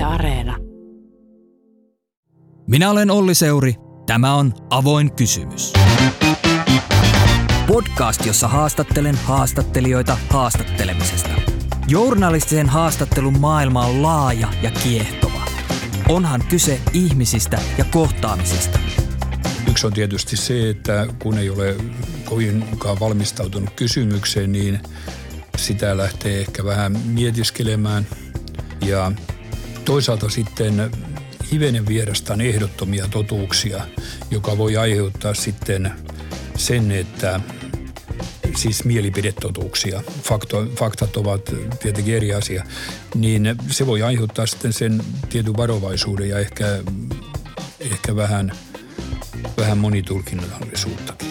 Areena. Minä olen Olli Seuri. Tämä on Avoin kysymys. Podcast, jossa haastattelen haastattelijoita haastattelemisesta. Journalistisen haastattelun maailma on laaja ja kiehtova. Onhan kyse ihmisistä ja kohtaamisesta. Yksi on tietysti se, että kun ei ole kovinkaan valmistautunut kysymykseen, niin sitä lähtee ehkä vähän mietiskelemään. Ja toisaalta sitten hivenen vierastaan ehdottomia totuuksia, joka voi aiheuttaa sitten sen, että siis mielipidetotuuksia, faktat ovat tietenkin eri asia, niin se voi aiheuttaa sitten sen tietyn varovaisuuden ja ehkä vähän monitulkinnallisuuttakin.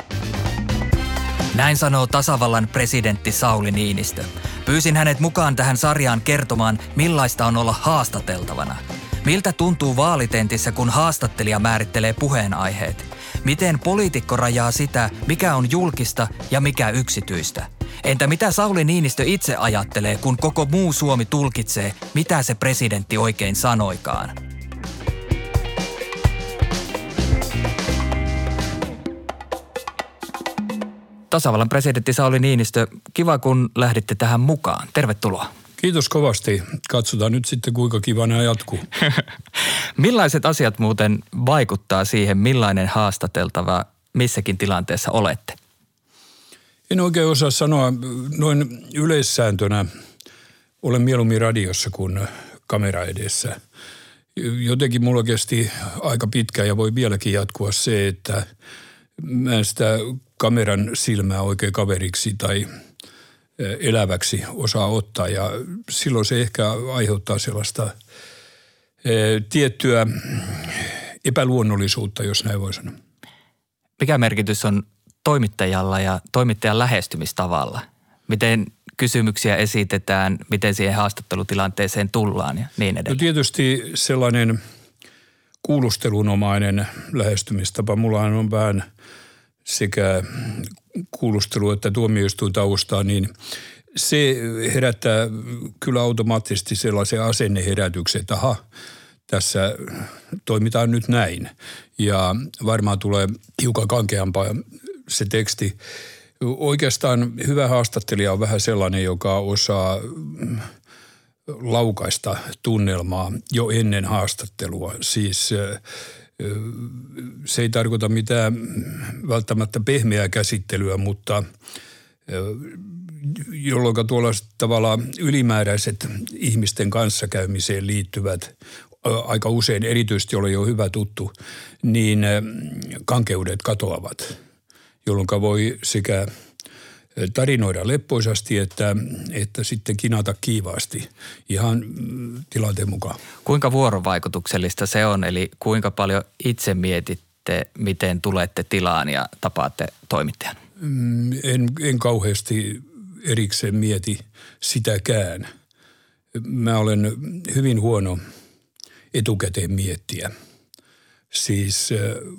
Näin sanoo tasavallan presidentti Sauli Niinistö. Pyysin hänet mukaan tähän sarjaan kertomaan, millaista on olla haastateltavana. Miltä tuntuu vaalitentissä, kun haastattelija määrittelee puheenaiheet? Miten poliitikko rajaa sitä, mikä on julkista ja mikä yksityistä? Entä mitä Sauli Niinistö itse ajattelee, kun koko muu Suomi tulkitsee, mitä se presidentti oikein sanoikaan? Tasavallan presidentti Sauli Niinistö, kiva kun lähditte tähän mukaan. Tervetuloa. Kiitos kovasti. Katsotaan nyt sitten, kuinka kivana jatkuu. Millaiset asiat muuten vaikuttaa siihen, millainen haastateltava missäkin tilanteessa olette? En oikein osaa sanoa. Noin yleissääntönä olen mieluummin radiossa kuin kamera edessä. Jotenkin mulla kesti aika pitkään ja voi vieläkin jatkua se, että mä en sitä kameran silmää oikein kaveriksi tai eläväksi osaa ottaa ja silloin se ehkä aiheuttaa sellaista tiettyä epäluonnollisuutta, jos näin voi sanoa. Mikä merkitys on toimittajalla ja toimittajan lähestymistavalla? Miten kysymyksiä esitetään, miten siihen haastattelutilanteeseen tullaan ja niin edelleen? No tietysti sellainen kuulustelunomainen lähestymistapa. Mullahan on vähän sekä kuulustelu että tuomioistuintaustaa, niin se herättää kyllä automaattisesti sellaisen asenneherätyksen, että aha, tässä toimitaan nyt näin. Ja varmaan tulee hiukan kankeampaa se teksti. Oikeastaan hyvä haastattelija on vähän sellainen, joka osaa laukaista tunnelmaa jo ennen haastattelua. Siis se ei tarkoita mitään välttämättä pehmeää käsittelyä, mutta jolloin tuolla tavalla ylimääräiset ihmisten kanssakäymiseen liittyvät aika usein, erityisesti ole jo hyvä tuttu, niin kankeudet katoavat, jolloin voi sekä tarinoida leppoisasti, että sitten kinata kiivaasti ihan tilanteen mukaan. Kuinka vuorovaikutuksellista se on, eli kuinka paljon itse mietitte, miten tulette tilaan ja tapaatte toimittajan? En kauheasti erikseen mieti sitäkään. Mä olen hyvin huono etukäteen miettiä. Siis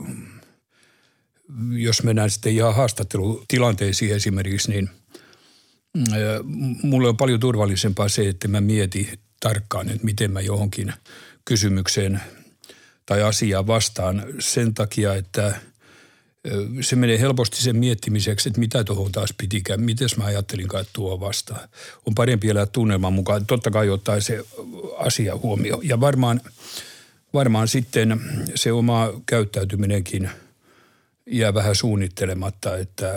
jos mennään sitten ihan haastattelutilanteisiin esimerkiksi, niin mulle on paljon turvallisempaa se, että mä mietin tarkkaan, että miten mä johonkin kysymykseen tai asiaan vastaan sen takia, että se menee helposti sen miettimiseksi, että mitä tuohon taas pitikään, miten mä ajattelinkaan, että tuo vastaan. On parempi elää tunnelman mukaan, totta kai ottaa se asia huomioon. Ja varmaan sitten se oma käyttäytyminenkin jää vähän suunnittelematta, että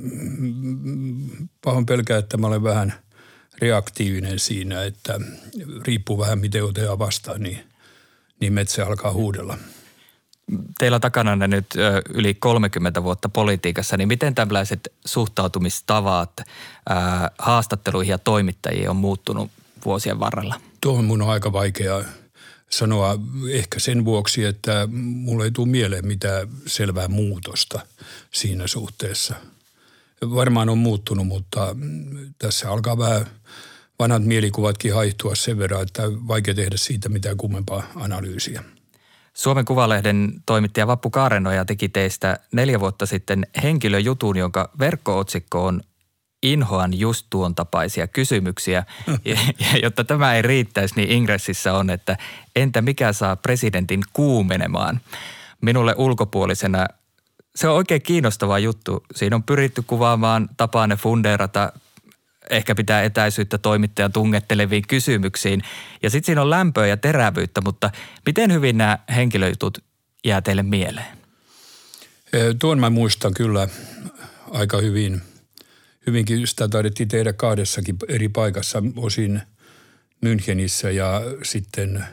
pahoin pelkää, että mä olen vähän reaktiivinen siinä, että riippuu vähän miten otetaan vastaan, niin metsä alkaa huudella. Teillä takana nyt yli 30 vuotta politiikassa, niin miten tällaiset suhtautumistavat haastatteluihin ja toimittajiin on muuttunut vuosien varrella? Tuohon mun on aika vaikea sanoa ehkä sen vuoksi, että mulle ei tule mieleen mitään selvää muutosta siinä suhteessa. Varmaan on muuttunut, mutta tässä alkaa vähän vanhat mielikuvatkin haihtua sen verran, että vaikea tehdä siitä mitään kummempaa analyysiä. Suomen Kuvalehden toimittaja Vappu Kaarenoja teki teistä 4 vuotta sitten henkilöjutun, jonka verkko-otsikko on inhoan just tuon tapaisia kysymyksiä. Ja jotta tämä ei riittäisi, niin ingressissä on, että entä mikä saa presidentin kuumenemaan? Minulle ulkopuolisena se on oikein kiinnostava juttu. Siinä on pyritty kuvaamaan tapaanne fundeerata, ehkä pitää etäisyyttä toimittajan tungetteleviin kysymyksiin. Ja sitten siinä on lämpöä ja terävyyttä, mutta miten hyvin nämä henkilöjutut jää teille mieleen? Tuon mä muistan kyllä aika hyvin. Hyvinkin sitä taidettiin tehdä 2 eri paikassa, osin Münchenissä ja sitten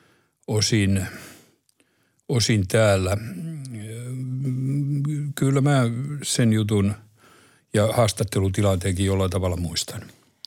osin täällä. Kyllä mä sen jutun ja haastattelutilanteenkin jollain tavalla muistan.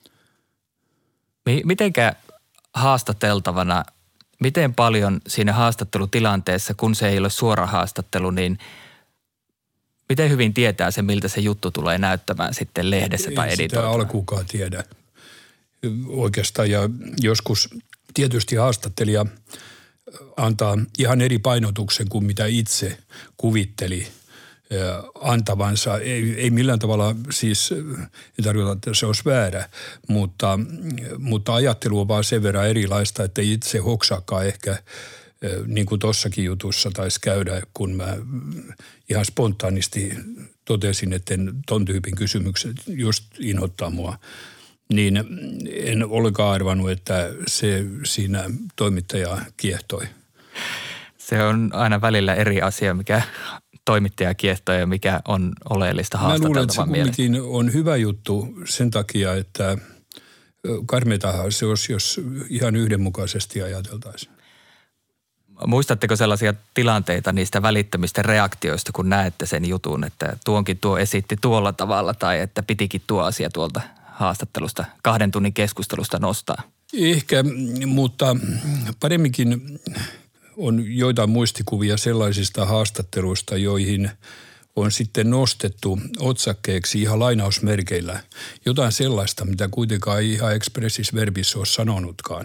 Mitenkä haastateltavana, miten paljon siinä haastattelutilanteessa, kun se ei ole suora haastattelu, niin miten hyvin tietää se, miltä se juttu tulee näyttämään sitten lehdessä tai editoituna? Ei sitä alkuunkaan tiedä oikeastaan ja joskus tietysti haastattelija antaa ihan eri painotuksen kuin mitä itse kuvitteli antavansa. Ei millään tavalla siis, ei tarkoita, että se olisi väärä, mutta ajattelu on vaan sen verran erilaista, että itse hoksaakaan ehkä niin kuin tossakin jutussa taisi käydä, kun mä ihan spontaanisti totesin, että ton tyypin kysymykset just inhottaa mua, niin en ollenkaan arvannut, että se siinä toimittajaa kiehtoi. Se on aina välillä eri asia, mikä toimittaja kiehtoo ja mikä on oleellista haastateltavan mieleen. Mä luulen, että se kumminkin on hyvä juttu sen takia, että karmeetahan se olisi, jos ihan yhdenmukaisesti ajateltaisiin. Muistatteko sellaisia tilanteita niistä välittömistä reaktioista, kun näette sen jutun, että tuo esitti tuolla tavalla tai että pitikin tuo asia tuolta haastattelusta, 2 tunnin keskustelusta nostaa? Ehkä, mutta paremminkin on joitain muistikuvia sellaisista haastatteluista, joihin on sitten nostettu otsakkeeksi ihan lainausmerkeillä jotain sellaista, mitä kuitenkaan ei ihan expressis verbis ole sanonutkaan.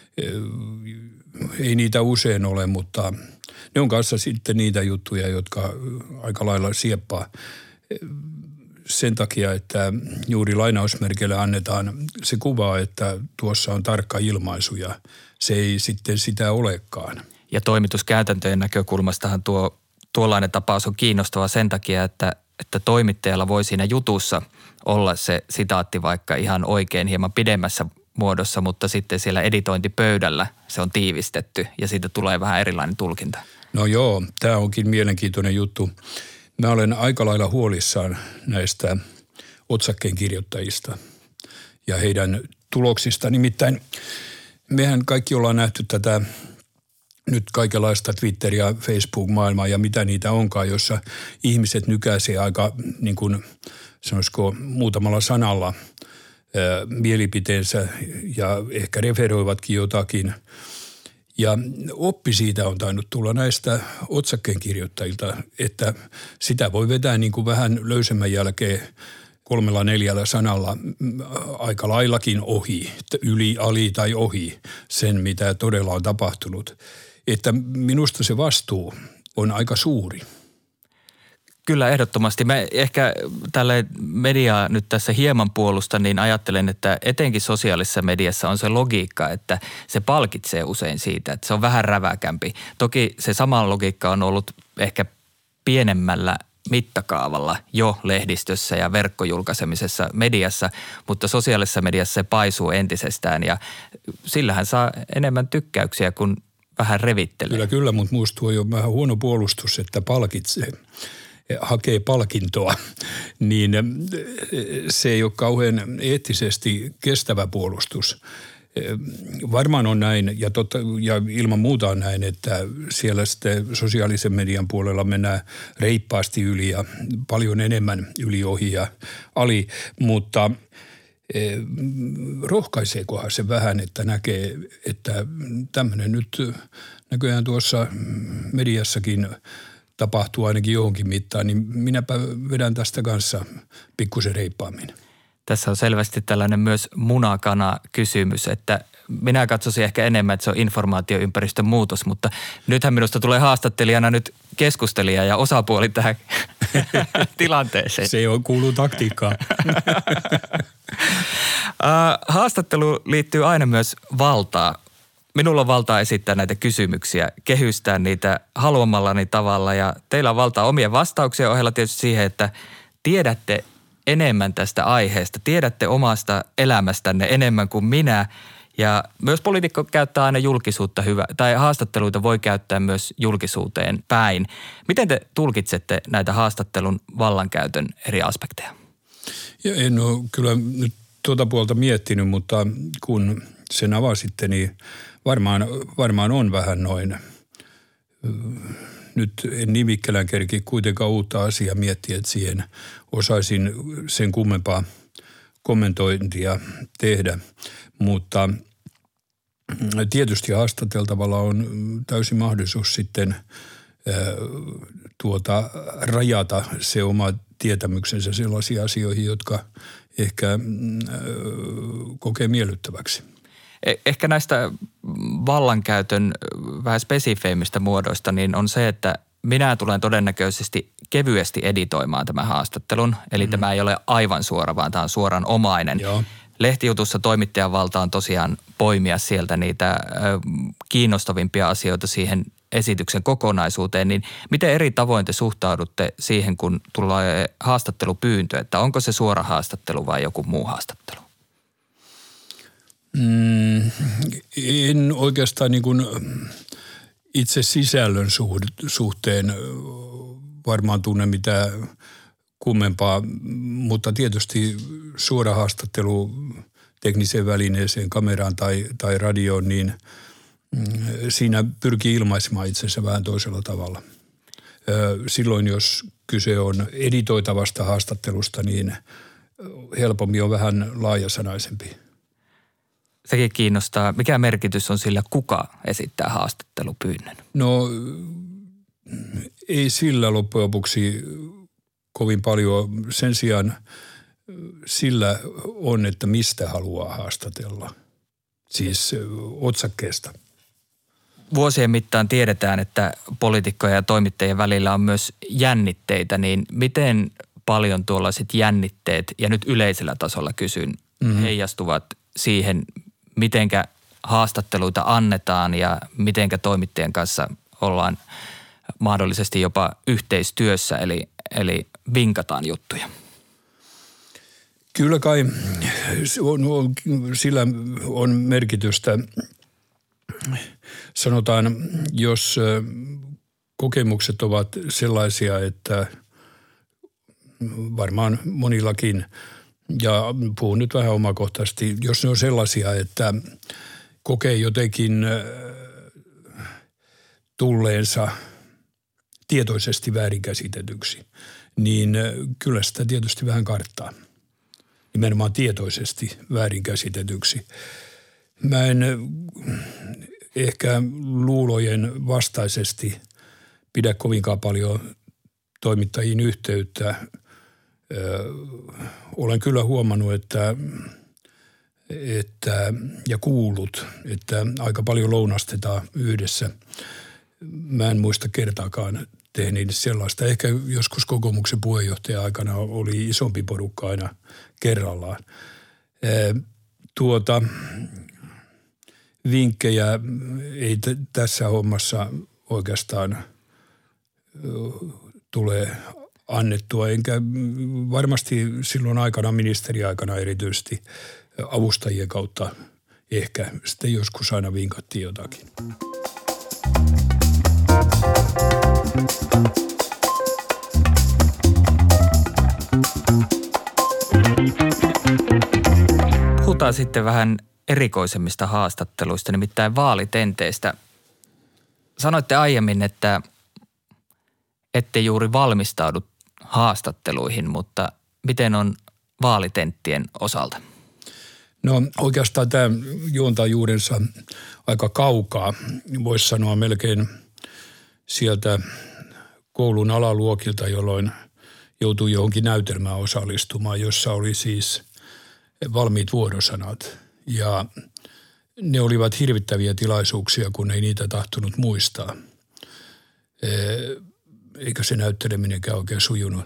Ei niitä usein ole, mutta ne on kanssa sitten niitä juttuja, jotka aika lailla sieppaa sen takia, että juuri lainausmerkeillä annetaan se kuva, että tuossa on tarkka ilmaisu ja se ei sitten sitä olekaan. Ja toimituskäytäntöjen näkökulmastahan tuollainen tapaus on kiinnostava sen takia, että toimittajalla voi siinä jutussa olla se sitaatti vaikka ihan oikein hieman pidemmässä muodossa, mutta sitten siellä editointipöydällä se on tiivistetty ja siitä tulee vähän erilainen tulkinta. No joo, tämä onkin mielenkiintoinen juttu. Mä olen aika lailla huolissaan näistä otsakkeen kirjoittajista ja heidän tuloksista. Nimittäin mehän kaikki ollaan nähty tätä nyt kaikenlaista Twitter- ja Facebook-maailmaa ja mitä niitä onkaan, jossa ihmiset nykäisee aika niin kuin sanoisiko muutamalla sanalla mielipiteensä ja ehkä referoivatkin jotakin. Ja oppi siitä on tainnut tulla näistä otsakkeen kirjoittajilta, että sitä voi vetää niin kuin vähän löysemmän jälkeen 3-4 sanalla aika laillakin ohi, yli, ali tai ohi sen, mitä todella on tapahtunut. Että minusta se vastuu on aika suuri. Kyllä, ehdottomasti. Mä ehkä tälle mediaa nyt tässä hieman puolustan, niin ajattelen, että etenkin sosiaalisessa mediassa on se logiikka, että se palkitsee usein siitä, että se on vähän räväkämpi. Toki se sama logiikka on ollut ehkä pienemmällä mittakaavalla jo lehdistössä ja verkkojulkaisemisessa mediassa, mutta sosiaalisessa mediassa se paisuu entisestään ja sillähän saa enemmän tykkäyksiä kuin vähän revittelee. Kyllä, mutta musta tuo jo vähän huono puolustus, että palkitsee. Hakee palkintoa, niin se ei ole kauhean eettisesti kestävä puolustus. Varmaan on näin ja ilman muuta on näin, että siellä sitten sosiaalisen median puolella mennään reippaasti yli ja paljon enemmän yli, ohi ja ali, mutta rohkaiseekohan se vähän, että näkee, että tämmöinen nyt näköjään tuossa mediassakin tapahtuu ainakin johonkin mittaan, niin minäpä vedän tästä kanssa pikkusen reippaammin. Tässä on selvästi tällainen myös munakana-kysymys, että minä katsoisin ehkä enemmän, että se on informaatioympäristön muutos, mutta nythän minusta tulee haastattelijana nyt keskustelija ja osapuoli tähän tilanteeseen. Se kuuluu taktiikkaan. Haastatteluun liittyy aina myös valtaa. Minulla on valtaa esittää näitä kysymyksiä, kehystää niitä haluamallani tavalla ja teillä on valtaa omien vastauksien ohella tietysti siihen, että tiedätte enemmän tästä aiheesta, tiedätte omasta elämästänne enemmän kuin minä ja myös poliitikko käyttää aina julkisuutta tai haastatteluita voi käyttää myös julkisuuteen päin. Miten te tulkitsette näitä haastattelun vallankäytön eri aspekteja? Ja en ole kyllä nyt tuota puolta miettinyt, mutta kun sen avasitte, niin varmaan on vähän noin. Nyt en nimikkelän kerki kuitenkaan uutta asiaa miettiä, että siihen osaisin sen kummempaa kommentointia tehdä. Mutta tietysti haastateltavalla on täysin mahdollisuus sitten rajata se oma tietämyksensä sellaisiin asioihin, jotka ehkä kokee miellyttäväksi. Ehkä näistä vallankäytön vähän spesifeimmistä muodoista niin on se, että minä tulen todennäköisesti kevyesti editoimaan tämän haastattelun. Eli tämä ei ole aivan suora, vaan tämä on suoranomainen. Joo. Lehtijutussa toimittajan valta on tosiaan poimia sieltä niitä kiinnostavimpia asioita siihen esityksen kokonaisuuteen. Niin miten eri tavoin te suhtaudutte siihen, kun tulee haastattelupyyntö, että onko se suora haastattelu vai joku muu haastattelu? En oikeastaan niin kuin itse sisällön suhteen varmaan tunne mitään kummempaa, mutta tietysti suora haastattelu tekniseen välineeseen, kameraan tai radioon, niin siinä pyrkii ilmaisemaan itsensä vähän toisella tavalla. Silloin, jos kyse on editoitavasta haastattelusta, niin helpommin on vähän laajasanaisempi. Sekin kiinnostaa. Mikä merkitys on sillä, kuka esittää haastattelupyynnön? No ei sillä loppujen lopuksi kovin paljon. Sen sijaan sillä on, että mistä haluaa haastatella. Siis otsakkeesta. Vuosien mittaan tiedetään, että poliitikkojen ja toimittajien välillä on myös jännitteitä, niin miten paljon tuollaiset jännitteet, ja nyt yleisellä tasolla kysyn, heijastuvat siihen, mitenkä haastatteluita annetaan ja mitenkä toimittajien kanssa ollaan mahdollisesti jopa yhteistyössä, eli vinkataan juttuja? Kyllä kai sillä on merkitystä. Sanotaan, jos kokemukset ovat sellaisia, että varmaan monillakin, ja puhun nyt vähän omakohtaisesti, jos ne on sellaisia, että kokee jotenkin tulleensa tietoisesti väärinkäsitetyksi, niin kyllä sitä tietysti vähän karttaa. Nimenomaan tietoisesti väärinkäsitetyksi. Mä en ehkä luulojen vastaisesti pidä kovinkaan paljon toimittajiin yhteyttä. Olen kyllä huomannut, että ja kuullut, että aika paljon lounastetaan yhdessä. Mä en muista kertaakaan tehneeni sellaista. Ehkä joskus kokoomuksen puheenjohtajan aikana oli isompi porukka aina kerrallaan. Vinkkejä ei tässä hommassa oikeastaan tule annettua, enkä varmasti silloin aikana, ministeriaikana erityisesti avustajien kautta ehkä sitten joskus aina vinkattiin jotakin. Puhutaan sitten vähän erikoisemmista haastatteluista, nimittäin vaalitenteistä. Sanoitte aiemmin, että ette juuri valmistaudu haastatteluihin, mutta miten on vaalitenttien osalta? No oikeastaan tämä juontaa juurensa aika kaukaa. Voisi sanoa melkein sieltä koulun alaluokilta, jolloin joutui johonkin näytelmään osallistumaan, jossa oli siis valmiit vuorosanat. Ja ne olivat hirvittäviä tilaisuuksia, kun ei niitä tahtonut muistaa. Eikä se näytteleminenkään oikein sujunut.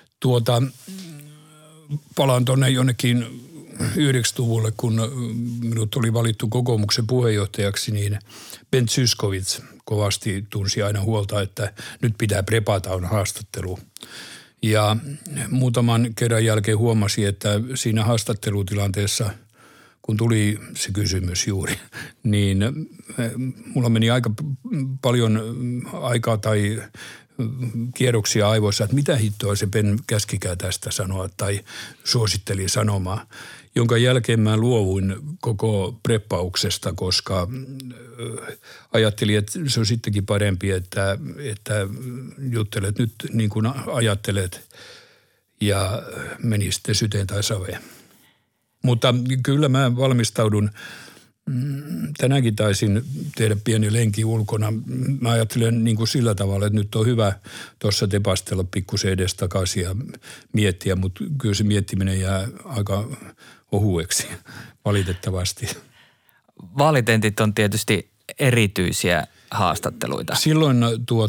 Palaan tuonne jonnekin 90-luvulle, kun minut oli valittu kokoomuksen puheenjohtajaksi, niin Ben Zyskowicz kovasti tunsi aina huolta, että nyt pitää prepata on haastattelu. Ja muutaman kerran jälkeen huomasi, että siinä haastattelutilanteessa, kun tuli se kysymys juuri, niin mulla meni aika paljon aikaa tai kierroksia aivoissa, että mitä hittoa se Ben käskikää tästä sanoa tai suositteli sanomaan, jonka jälkeen mä luovuin koko preppauksesta, koska ajattelin, että se on sittenkin parempi, että juttelet nyt niin kuin ajattelet ja meni sitten syteen tai saveen. Mutta kyllä mä valmistaudun. Tänäänkin taisin tehdä pieni lenki ulkona. Mä ajattelen niin kuin sillä tavalla, että nyt on hyvä tuossa tepastella pikkusen edestakaisin ja miettiä, mutta kyllä se miettiminen jää aika ohueksi valitettavasti. Vaalitentit on tietysti erityisiä haastatteluita. Silloin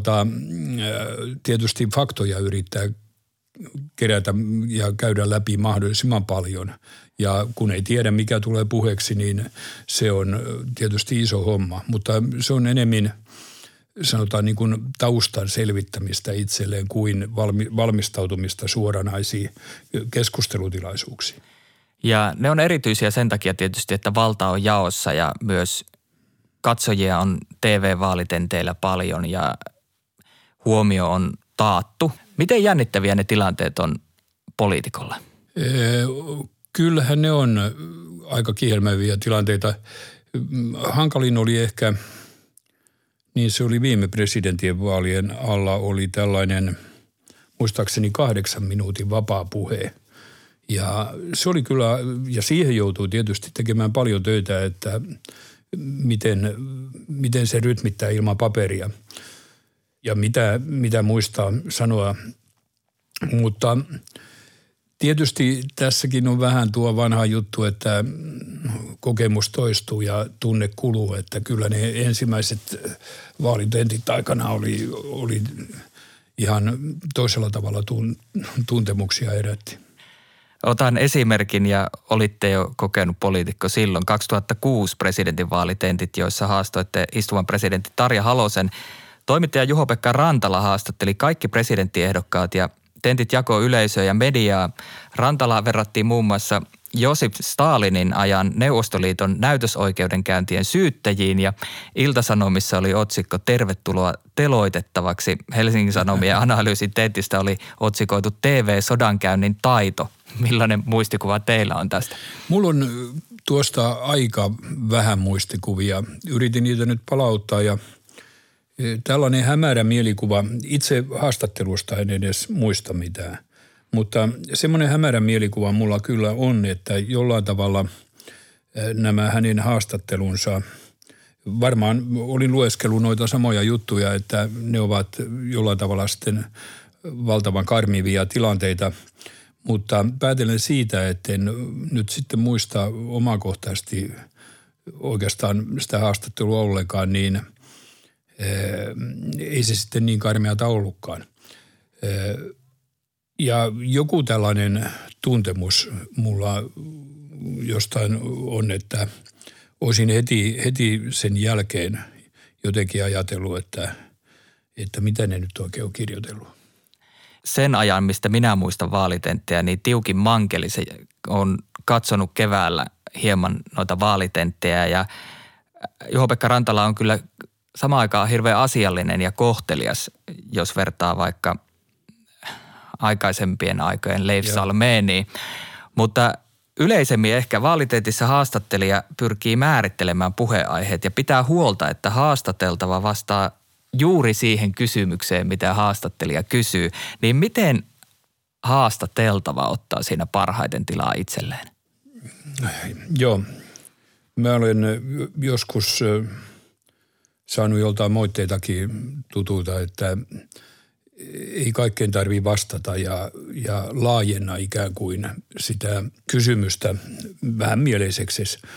tietysti faktoja yrittää kerätä ja käydä läpi mahdollisimman paljon. Ja kun ei tiedä, mikä tulee puheeksi, niin se on tietysti iso homma. Mutta se on enemmän, sanotaan niin kuin taustan selvittämistä itselleen kuin valmistautumista suoranaisiin keskustelutilaisuuksiin. Ja ne on erityisiä sen takia tietysti, että valta on jaossa ja myös katsojia on TV-vaalitenteillä paljon ja huomio on taattu. Miten jännittäviä ne tilanteet on poliitikolla? Kyllähän ne on aika kihelmäviä tilanteita. Hankalin oli ehkä, niin se oli viime presidentien vaalien alla, oli tällainen muistaakseni 8 minuutin vapaa puhe. Ja se oli kyllä, ja siihen joutuu tietysti tekemään paljon töitä, että miten se rytmittää ilman paperia ja mitä muistaa sanoa. Mutta tietysti tässäkin on vähän tuo vanha juttu, että kokemus toistuu ja tunne kuluu, että kyllä ne ensimmäiset vaalitentit aikana oli ihan toisella tavalla tuntemuksia herätti. Otan esimerkin ja olitte jo kokenut poliitikko silloin. 2006 presidentinvaalitentit, joissa haastoitte istuvan presidentti Tarja Halosen. Toimittaja Juho-Pekka Rantala haastatteli kaikki presidenttiehdokkaat ja tentit jakoi yleisöä ja mediaa. Rantalaa verrattiin muun muassa Josip Stalinin ajan Neuvostoliiton näytösoikeudenkäyntien syyttäjiin ja Ilta-Sanomissa oli otsikko "Tervetuloa teloitettavaksi". Helsingin Sanomien analyysin tentistä oli otsikoitu "TV-sodankäynnin taito". Millainen muistikuva teillä on tästä? Mulla on tuosta aika vähän muistikuvia. Yritin niitä nyt palauttaa ja tällainen hämärä mielikuva. Itse haastattelusta en edes muista mitään. Mutta semmoinen hämärä mielikuva mulla kyllä on, että jollain tavalla nämä hänen haastattelunsa, varmaan olin lueskellut noita samoja juttuja, että ne ovat jollain tavalla sitten valtavan karmivia tilanteita, mutta päätellen siitä, etten nyt sitten muista omakohtaisesti oikeastaan sitä haastattelua ollenkaan, niin ei se sitten niin karmeata ollutkaan. Ja joku tällainen tuntemus mulla jostain on, että olisin heti sen jälkeen jotenkin ajatellut, että mitä ne nyt oikein on kirjoitellut. Sen ajan, mistä minä muistan vaalitenttejä, niin Tiukin Mankeli se on katsonut keväällä hieman noita vaalitenttejä ja Juho-Pekka Rantala on kyllä samaan aikaan hirveän asiallinen ja kohtelias, jos vertaa vaikka aikaisempien aikojen Leif Salmeeniin. Mutta yleisemmin ehkä vaalitentissä haastattelija pyrkii määrittelemään puheaiheet ja pitää huolta, että haastateltava vastaa juuri siihen kysymykseen, mitä haastattelija kysyy. Niin miten haastateltava ottaa siinä parhaiten tilaa itselleen? Joo, mä olen joskus saanut joltain moitteitakin tutulta, että ei kaikkeen tarvitse vastata ja laajenna ikään kuin sitä kysymystä vähän mieleiseksi.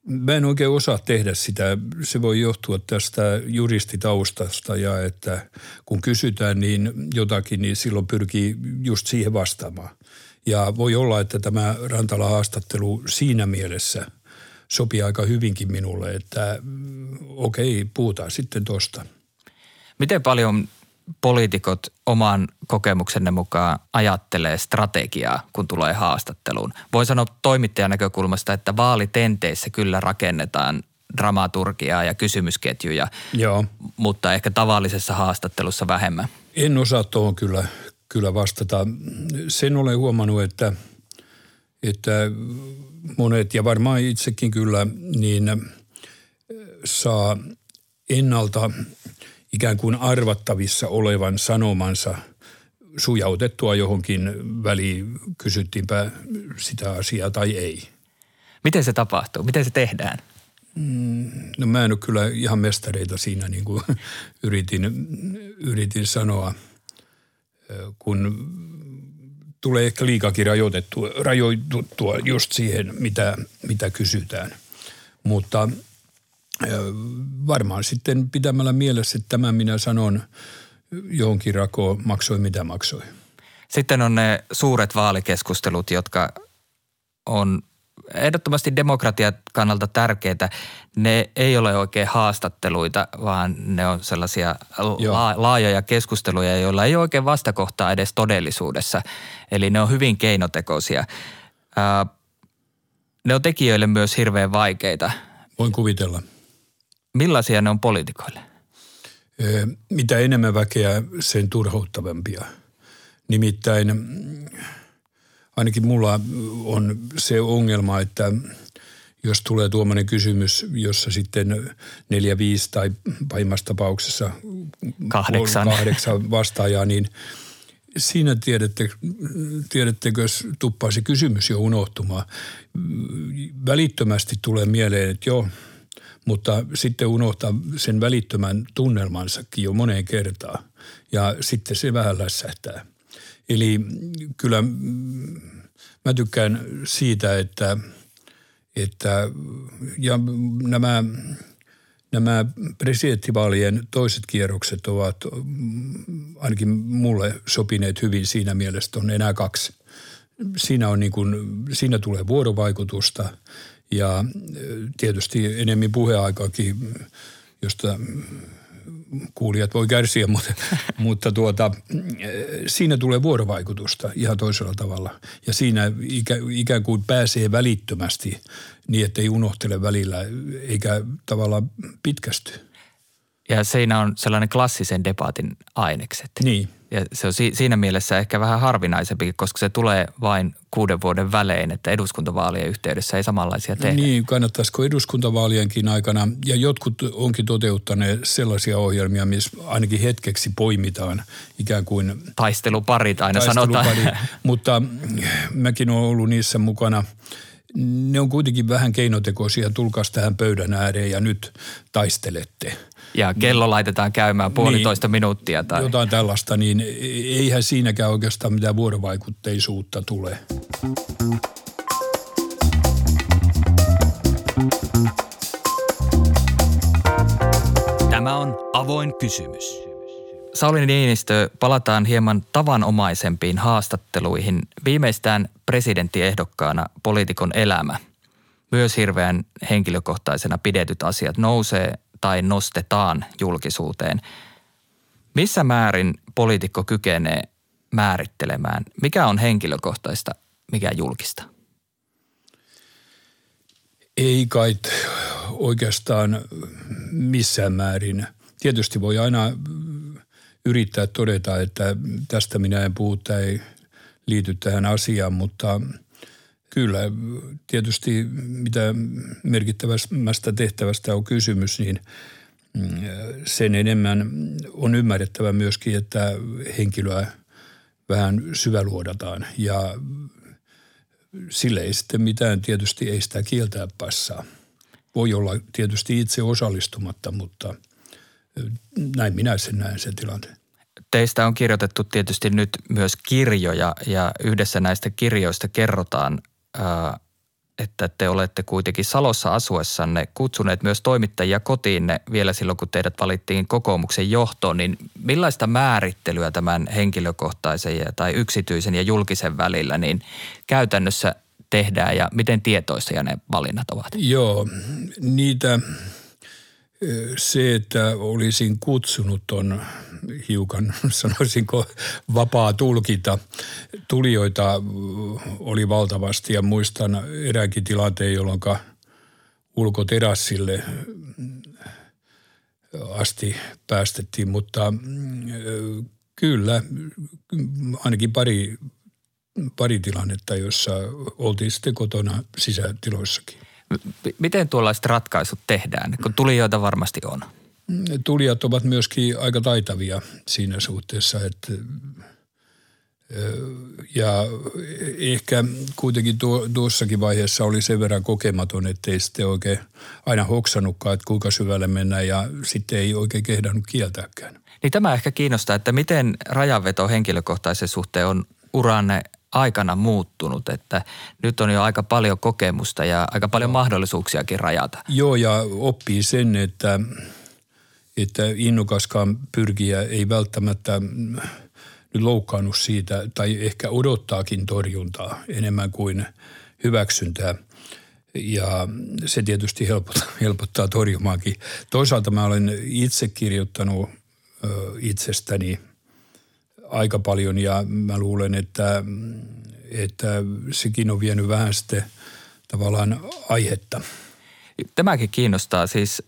Mä en oikein osaa tehdä sitä. Se voi johtua tästä juristitaustasta ja että kun kysytään niin jotakin, niin silloin pyrkii just siihen vastaamaan. Ja voi olla, että tämä Rantala-haastattelu siinä mielessä sopii aika hyvinkin minulle, että okei, puhutaan sitten tosta. Miten paljon poliitikot oman kokemuksenne mukaan ajattelee strategiaa, kun tulee haastatteluun? Voi sanoa toimittajan näkökulmasta, että vaalitenteissä kyllä rakennetaan dramaturgiaa ja kysymysketjuja, Joo. mutta ehkä tavallisessa haastattelussa vähemmän. En osaa tuohon kyllä vastata. Sen olen huomannut, että monet ja varmaan itsekin kyllä niin saa ennalta ikään kuin arvattavissa olevan sanomansa sujautettua johonkin väliin, kysyttiinpä sitä asiaa tai ei. Miten se tapahtuu? Miten se tehdään? No mä en ole kyllä ihan mestareita siinä, niin kuin yritin sanoa, kun tulee ehkä liikaakin rajoituttua just siihen, mitä kysytään. Mutta varmaan sitten pitämällä mielessä, että tämän minä sanon johonkin rakoon, maksoi mitä maksoi. Sitten on ne suuret vaalikeskustelut, jotka on ehdottomasti demokratian kannalta tärkeitä. Ne ei ole oikein haastatteluita, vaan ne on sellaisia laajoja keskusteluja, joilla ei ole oikein vastakohtaa edes todellisuudessa. Eli ne on hyvin keinotekoisia. Ne on tekijöille myös hirveän vaikeita. Voin kuvitella. Millaisia ne on poliitikoille? Mitä enemmän väkeä, sen turhauttavampia. Nimittäin ainakin mulla on se ongelma, että jos tulee tuommoinen kysymys, jossa sitten 4, 5 tai pahimmassa tapauksessa 8 vastaajaa, niin siinä tiedättekö, tuppaa se kysymys jo unohtumaan. Välittömästi tulee mieleen, että joo, mutta sitten unohtaa sen välittömän tunnelmansakin jo moneen kertaan ja sitten se vähän lässähtää. Eli kyllä mä tykkään siitä, että ja nämä presidenttivaalien toiset kierrokset ovat ainakin mulle sopineet hyvin siinä mielessä, on enää 2. Siinä tulee vuorovaikutusta ja tietysti enemmän puheaikaakin, josta kuulijat voi kärsiä, mutta siinä tulee vuorovaikutusta ihan toisella tavalla. Ja siinä ikään kuin pääsee välittömästi niin, ettei unohtele välillä eikä tavallaan pitkästy. Ja siinä on sellainen klassisen debatin ainekset. Niin. Ja se on siinä mielessä ehkä vähän harvinaisempi, koska se tulee vain 6 vuoden välein, että eduskuntavaalien yhteydessä ei samanlaisia tehdä. Niin, kannattaisiko eduskuntavaalienkin aikana, ja jotkut onkin toteuttaneet sellaisia ohjelmia, missä ainakin hetkeksi poimitaan ikään kuin taisteluparit aina sanotaan. Mutta mäkin olen ollut niissä mukana. Ne on kuitenkin vähän keinotekoisia, tulkaas tähän pöydän ääreen ja nyt taistelette. Ja kello laitetaan käymään 1,5 minuuttia. Tai jotain tällaista, niin eihän siinäkään oikeastaan mitään vuorovaikutteisuutta tule. Tämä on avoin kysymys. Sauli Niinistö, palataan hieman tavanomaisempiin haastatteluihin. Viimeistään presidenttiehdokkaana poliitikon elämä. Myös hirveän henkilökohtaisena pidetyt asiat nousee tai nostetaan julkisuuteen. Missä määrin poliitikko kykenee määrittelemään, mikä on henkilökohtaista, mikä julkista? Ei kai oikeastaan missään määrin. Tietysti voi aina yrittää todeta, että tästä minä en puhu, tämä ei liity tähän asiaan, mutta kyllä tietysti mitä merkittävästä tehtävästä on kysymys, niin sen enemmän on ymmärrettävä myöskin, että henkilöä vähän syväluodataan ja sille ei sitten mitään, tietysti ei sitä kieltää passaa. Voi olla tietysti itse osallistumatta, mutta näin minä sen näen sen tilanteen. Teistä on kirjoitettu tietysti nyt myös kirjoja ja yhdessä näistä kirjoista kerrotaan että te olette kuitenkin Salossa asuessanne kutsuneet myös toimittajia kotiinne vielä silloin, kun teidät valittiin kokoomuksen johtoon, niin millaista määrittelyä tämän henkilökohtaisen tai yksityisen ja julkisen välillä niin käytännössä tehdään ja miten tietoisia ne valinnat ovat? Joo, se, että olisin kutsunut on hiukan, sanoisinko, vapaa tulkinta. Tulijoita oli valtavasti ja muistan eräänkin tilanteen, jolloin ulkoterassille asti päästettiin, mutta kyllä ainakin pari tilannetta, jossa oltiin sitten kotona sisätiloissakin. Miten tuollaiset ratkaisut tehdään, kun tulijoita varmasti on? Tulijat ovat myöskin aika taitavia siinä suhteessa, että ja ehkä kuitenkin tuossakin vaiheessa oli sen verran kokematon, ettei sitten oikein aina hoksannutkaan, että kuinka syvälle mennään ja sitten ei oikein kehdannut kieltääkään. Niin tämä ehkä kiinnostaa, että miten rajanveto henkilökohtaisen suhteen on uranne aikana muuttunut, että nyt on jo aika paljon kokemusta ja aika paljon mahdollisuuksiakin rajata. Joo, ja oppii sen, että innokaskaan pyrkijä ei välttämättä nyt loukkaannut siitä tai ehkä odottaakin torjuntaa enemmän kuin hyväksyntää. Ja se tietysti helpottaa torjumaankin. Toisaalta mä olen itse kirjoittanut itsestäni aika paljon ja mä luulen, että sekin on vienyt vähän sitten tavallaan aihetta. Tämäkin kiinnostaa siis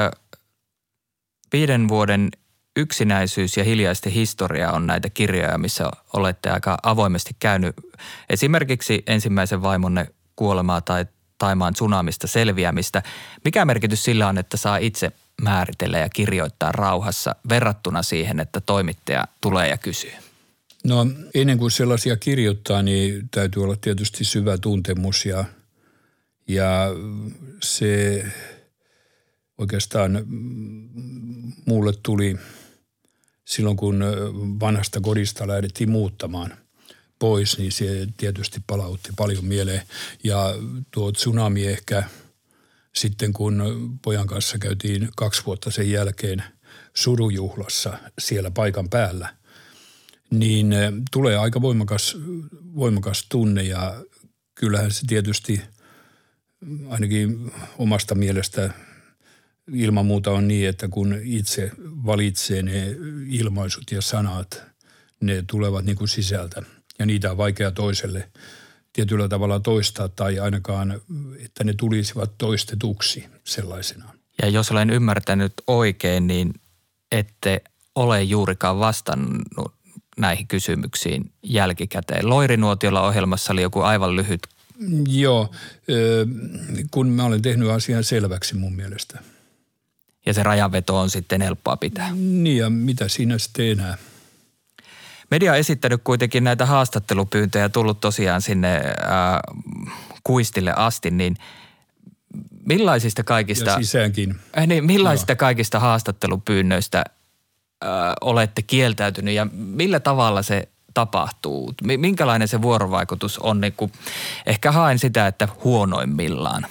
5 vuoden yksinäisyys ja hiljaisten historia on näitä kirjoja, missä olette aika avoimesti käynyt esimerkiksi ensimmäisen vaimonne kuolemaa tai Taimaan tsunamista selviämistä. Mikä merkitys sillä on, että saa itse määritellä ja kirjoittaa rauhassa verrattuna siihen, että toimittaja tulee ja kysyy? No ennen kuin sellaisia kirjoittaa, niin täytyy olla tietysti syvä tuntemus ja se oikeastaan mulle tuli silloin, kun vanhasta kodista lähdettiin muuttamaan pois, niin se tietysti palautti paljon mieleen. Ja tuo tsunami ehkä sitten, kun pojan kanssa käytiin 2 vuotta sen jälkeen surujuhlassa siellä paikan päällä, niin tulee aika voimakas tunne ja kyllähän se tietysti ainakin omasta mielestä ilman muuta on niin, että kun itse valitsee ne ilmaisut ja sanat, ne tulevat niin kuin sisältä ja niitä on vaikea toiselle tietyllä tavalla toistaa tai ainakaan, että ne tulisivat toistetuksi sellaisenaan. Ja jos olen ymmärtänyt oikein, niin ette ole juurikaan vastannut näihin kysymyksiin jälkikäteen. Loirinuotiolla ohjelmassa oli joku aivan lyhyt. Joo, kun mä olen tehnyt asian selväksi mun mielestä. Ja se rajanveto on sitten helppoa pitää. Niin ja mitä siinä sitten enää? Media on esittänyt kuitenkin näitä haastattelupyyntöjä, tullut tosiaan sinne kuistille asti, niin millaisista kaikista... Ja sisäänkin. Niin, millaisista kaikista haastattelupyynnöistä olette kieltäytynyt ja millä tavalla se tapahtuu? Minkälainen se vuorovaikutus on? Niin kuin, ehkä haen sitä, että huonoimmillaan.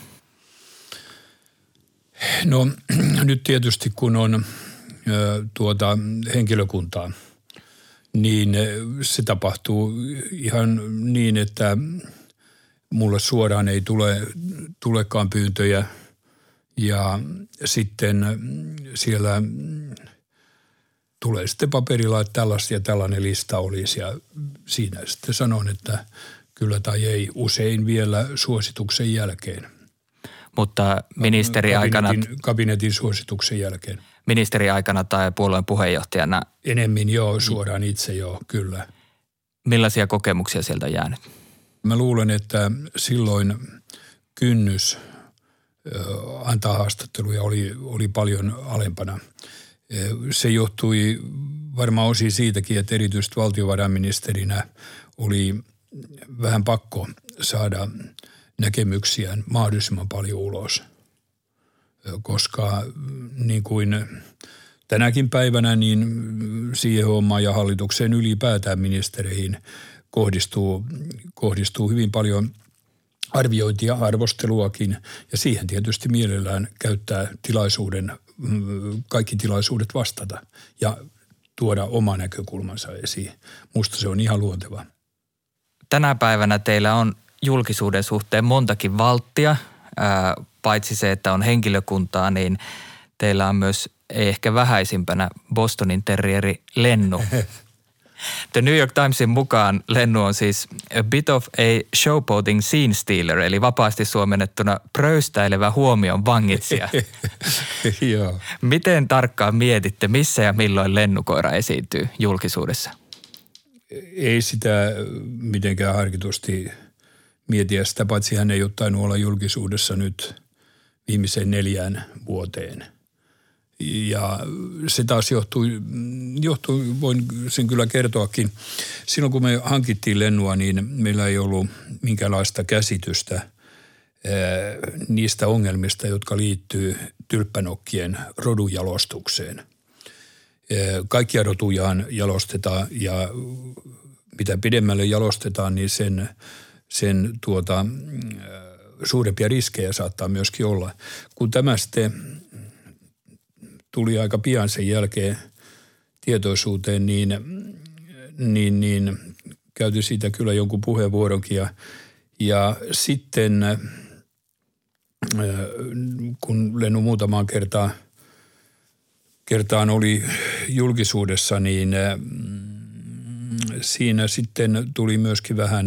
No nyt tietysti kun on henkilökuntaa, niin se tapahtuu ihan niin, että mulle suoraan ei tulekaan pyyntöjä ja sitten siellä tulee sitten paperilla, että tällaista ja tällainen lista olisi ja siinä sitten sanon, että kyllä tai ei usein vielä suosituksen jälkeen. Mutta kabinetin suosituksen jälkeen. Ministeriaikana tai puolueen puheenjohtajana? Enemmän joo, suoraan itse joo, kyllä. Millaisia kokemuksia sieltä on jäänyt? Mä luulen, että silloin kynnys antaa haastatteluja oli paljon alempana. Se johtui varmaan osin siitäkin, että erityisesti valtiovarainministerinä oli vähän pakko saada näkemyksiään mahdollisimman paljon ulos, koska niin kuin tänäkin päivänä niin siihen hommaan ja hallitukseen ylipäätään ministereihin kohdistuu hyvin paljon arviointia, arvosteluakin ja siihen tietysti mielellään käyttää kaikki tilaisuudet vastata ja tuoda oma näkökulmansa esiin. Musta se on ihan luonteva. Tänä päivänä teillä on julkisuuden suhteen montakin valttia. Paitsi se, että on henkilökuntaa, niin teillä on myös ei ehkä vähäisimpänä Bostonin terrieri Lennu. The New York Timesin mukaan Lennu on siis a bit of a showboating scene stealer, eli vapaasti suomennettuna pröystäilevä huomion vangitsija. Joo. Miten tarkkaan mietitte, missä ja milloin lennukoira esiintyy julkisuudessa? Ei sitä mitenkään harkitusti mietiä sitä, paitsi hän ei ole tainnut olla julkisuudessa nyt viimeiseen 4 vuoteen. Ja se taas johtui, voin sen kyllä kertoakin. Silloin kun me hankittiin Lennua, niin meillä ei ollut minkäänlaista käsitystä niistä ongelmista, jotka liittyy tylppänokkien rodujalostukseen. Kaikkia rotujaan jalostetaan ja mitä pidemmälle jalostetaan, niin sen suurempia riskejä saattaa myöskin olla. Kun tämä sitten tuli aika pian sen jälkeen tietoisuuteen, niin käytin siitä kyllä jonkun puheenvuoronkin. Ja sitten kun Lennu muutamaan kertaan oli julkisuudessa, niin siinä sitten tuli myöskin vähän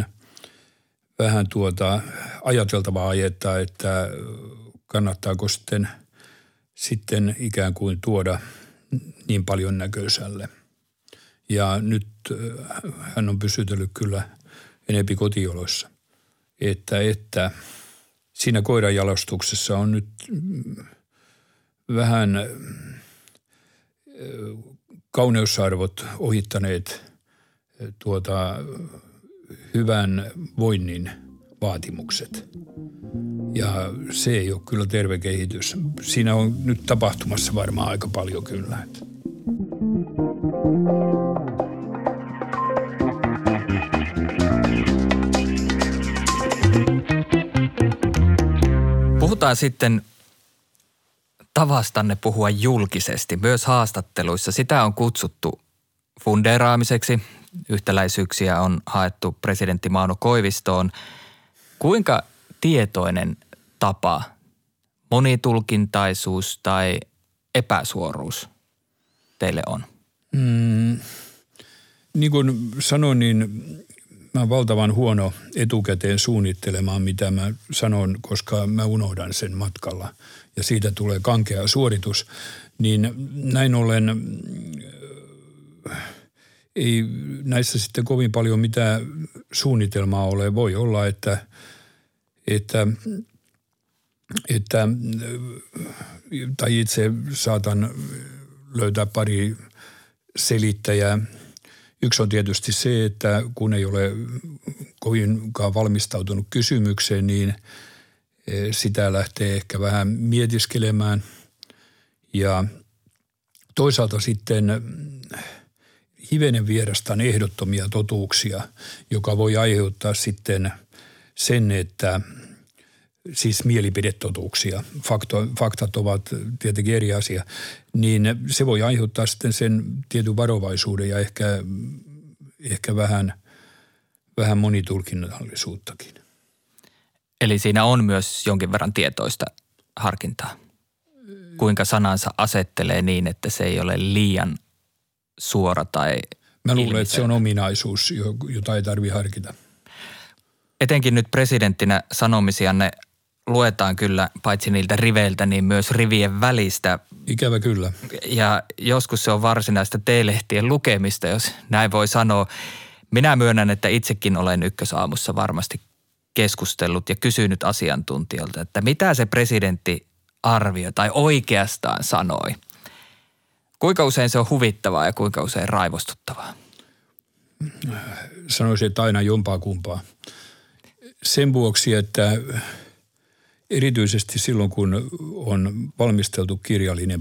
ajateltavaa aihetta, että kannattaako sitten ikään kuin tuoda niin paljon näköisälle. Ja nyt hän on pysytellyt kyllä enempi kotioloissa. Että siinä koiranjalostuksessa on nyt vähän kauneusarvot ohittaneet hyvän voinnin vaatimukset. Ja se ei ole kyllä terve kehitys. Siinä on nyt tapahtumassa varmaan aika paljon kyllä. Puhutaan sitten tavastanne puhua julkisesti, myös haastatteluissa. Sitä on kutsuttu fundeeraamiseksi. Yhtäläisyyksiä on haettu presidentti Mauno Koivistoon. Kuinka tietoinen tapa, monitulkintaisuus tai epäsuoruus teille on? Niin kuin sanoin, niin mä oon valtavan huono etukäteen suunnittelemaan, mitä mä sanon, koska mä unohdan sen matkalla ja siitä tulee kankea suoritus. Niin näin ollen ei näissä sitten kovin paljon mitään suunnitelmaa ole. Voi olla, että tai itse saatan löytää pari selittäjää. Yksi on tietysti se, että kun ei ole kovinkaan valmistautunut kysymykseen, niin sitä lähtee ehkä vähän mietiskelemään. Ja toisaalta sitten hivenen vierastaan ehdottomia totuuksia, joka voi aiheuttaa sitten sen, että siis mielipidetotuuksia, faktat ovat tietenkin eri asia, niin se voi aiheuttaa sitten sen tietyn varovaisuuden ja ehkä vähän monitulkinnallisuuttakin. Eli siinä on myös jonkin verran tietoista harkintaa. Kuinka sanansa asettelee niin, että se ei ole liian suora tai Mä luulen, että se on ominaisuus, jota ei tarvitse harkita. Etenkin nyt presidenttinä sanomisianne luetaan kyllä paitsi niiltä riveiltä, niin myös rivien välistä. Ikävä kyllä. Ja joskus se on varsinaista T-lehtien lukemista, jos näin voi sanoa. Minä myönnän, että itsekin olen Ykkösaamussa varmasti keskustellut ja kysynyt asiantuntijoilta, että mitä se presidentti arvioi tai oikeastaan sanoi. Kuinka usein se on huvittavaa ja kuinka usein raivostuttavaa? Sanoisin, että aina jompaa kumpaa. Sen vuoksi, että erityisesti silloin, kun on valmisteltu kirjallinen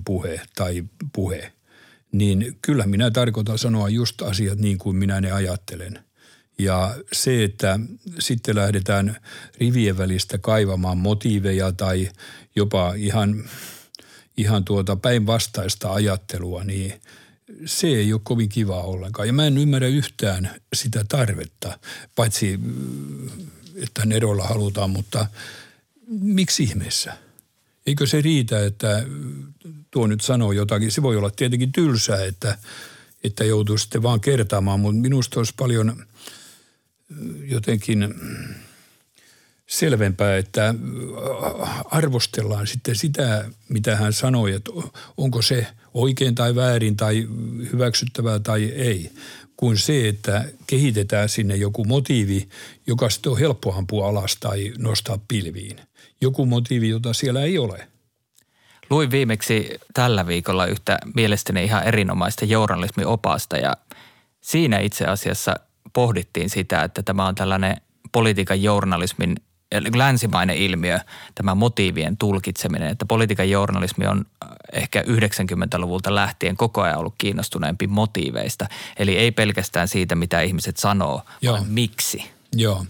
puhe, niin kyllä minä tarkoitan sanoa just asiat niin kuin minä ne ajattelen. Ja se, että sitten lähdetään rivien välistä kaivamaan motiiveja tai jopa ihan päinvastaista ajattelua, niin se ei ole kovin kivaa ollenkaan. Ja mä en ymmärrä yhtään sitä tarvetta, paitsi että Nerolla halutaan, mutta miksi ihmeessä? Eikö se riitä, että tuo nyt sanoo jotakin? Se voi olla tietenkin tylsää, että joutuu sitten vaan kertaamaan, mutta minusta olisi paljon jotenkin selvempää, että arvostellaan sitten sitä, mitä hän sanoi, että onko se oikein tai väärin tai hyväksyttävää tai ei, kuin se, että kehitetään sinne joku motiivi, joka sitten on helppo ampua alas tai nostaa pilviin. Joku motiivi, jota siellä ei ole. Luin viimeksi tällä viikolla yhtä mielestäni ihan erinomaista journalismiopasta ja siinä itse asiassa pohdittiin sitä, että tämä on tällainen politiikan journalismin länsimainen ilmiö, tämä motiivien tulkitseminen, että politiikan journalismi on ehkä 90-luvulta lähtien koko ajan ollut kiinnostuneempi motiiveista. Eli ei pelkästään siitä, mitä ihmiset sanoo, vaan miksi. Joo.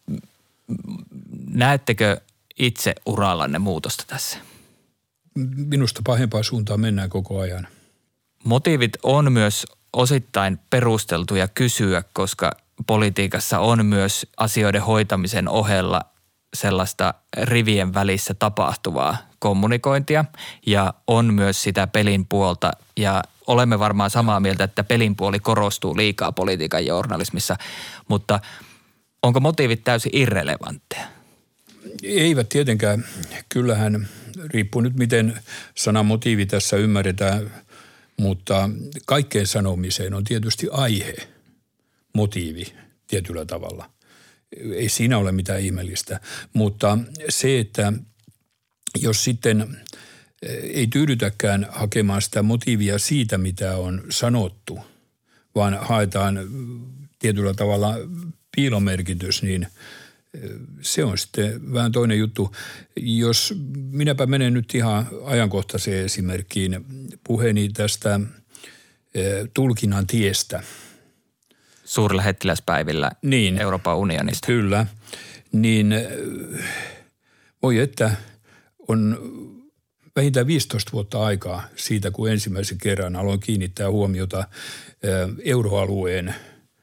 Näettekö itse urallanne muutosta tässä? Minusta pahempaan suuntaan mennään koko ajan. Motiivit on myös osittain perusteltuja kysyä, koska politiikassa on myös asioiden hoitamisen ohella sellaista rivien välissä tapahtuvaa kommunikointia ja on myös sitä pelin puolta ja olemme varmaan samaa mieltä, että pelin puoli korostuu liikaa politiikan journalismissa, mutta onko motiivit täysin irrelevantteja? Eivät tietenkään. Kyllähän riippuu nyt miten sana motiivi tässä ymmärretään, mutta kaikkeen sanomiseen on tietysti aihe, motiivi tietyllä tavalla. Ei siinä ole mitään ihmeellistä, mutta se, että jos sitten ei tyydytäkään hakemaan sitä motiivia siitä, mitä on sanottu, vaan haetaan tietyllä tavalla piilomerkitys, niin se on sitten vähän toinen juttu. Jos minäpä menen nyt ihan ajankohtaiseen esimerkkiin puheeni tästä tulkinnan tiestä. Suurlähettiläspäivillä niin, Euroopan unionista. Kyllä, niin voi että on vähintään 15 vuotta aikaa siitä, kun ensimmäisen kerran aloin kiinnittää huomiota euroalueen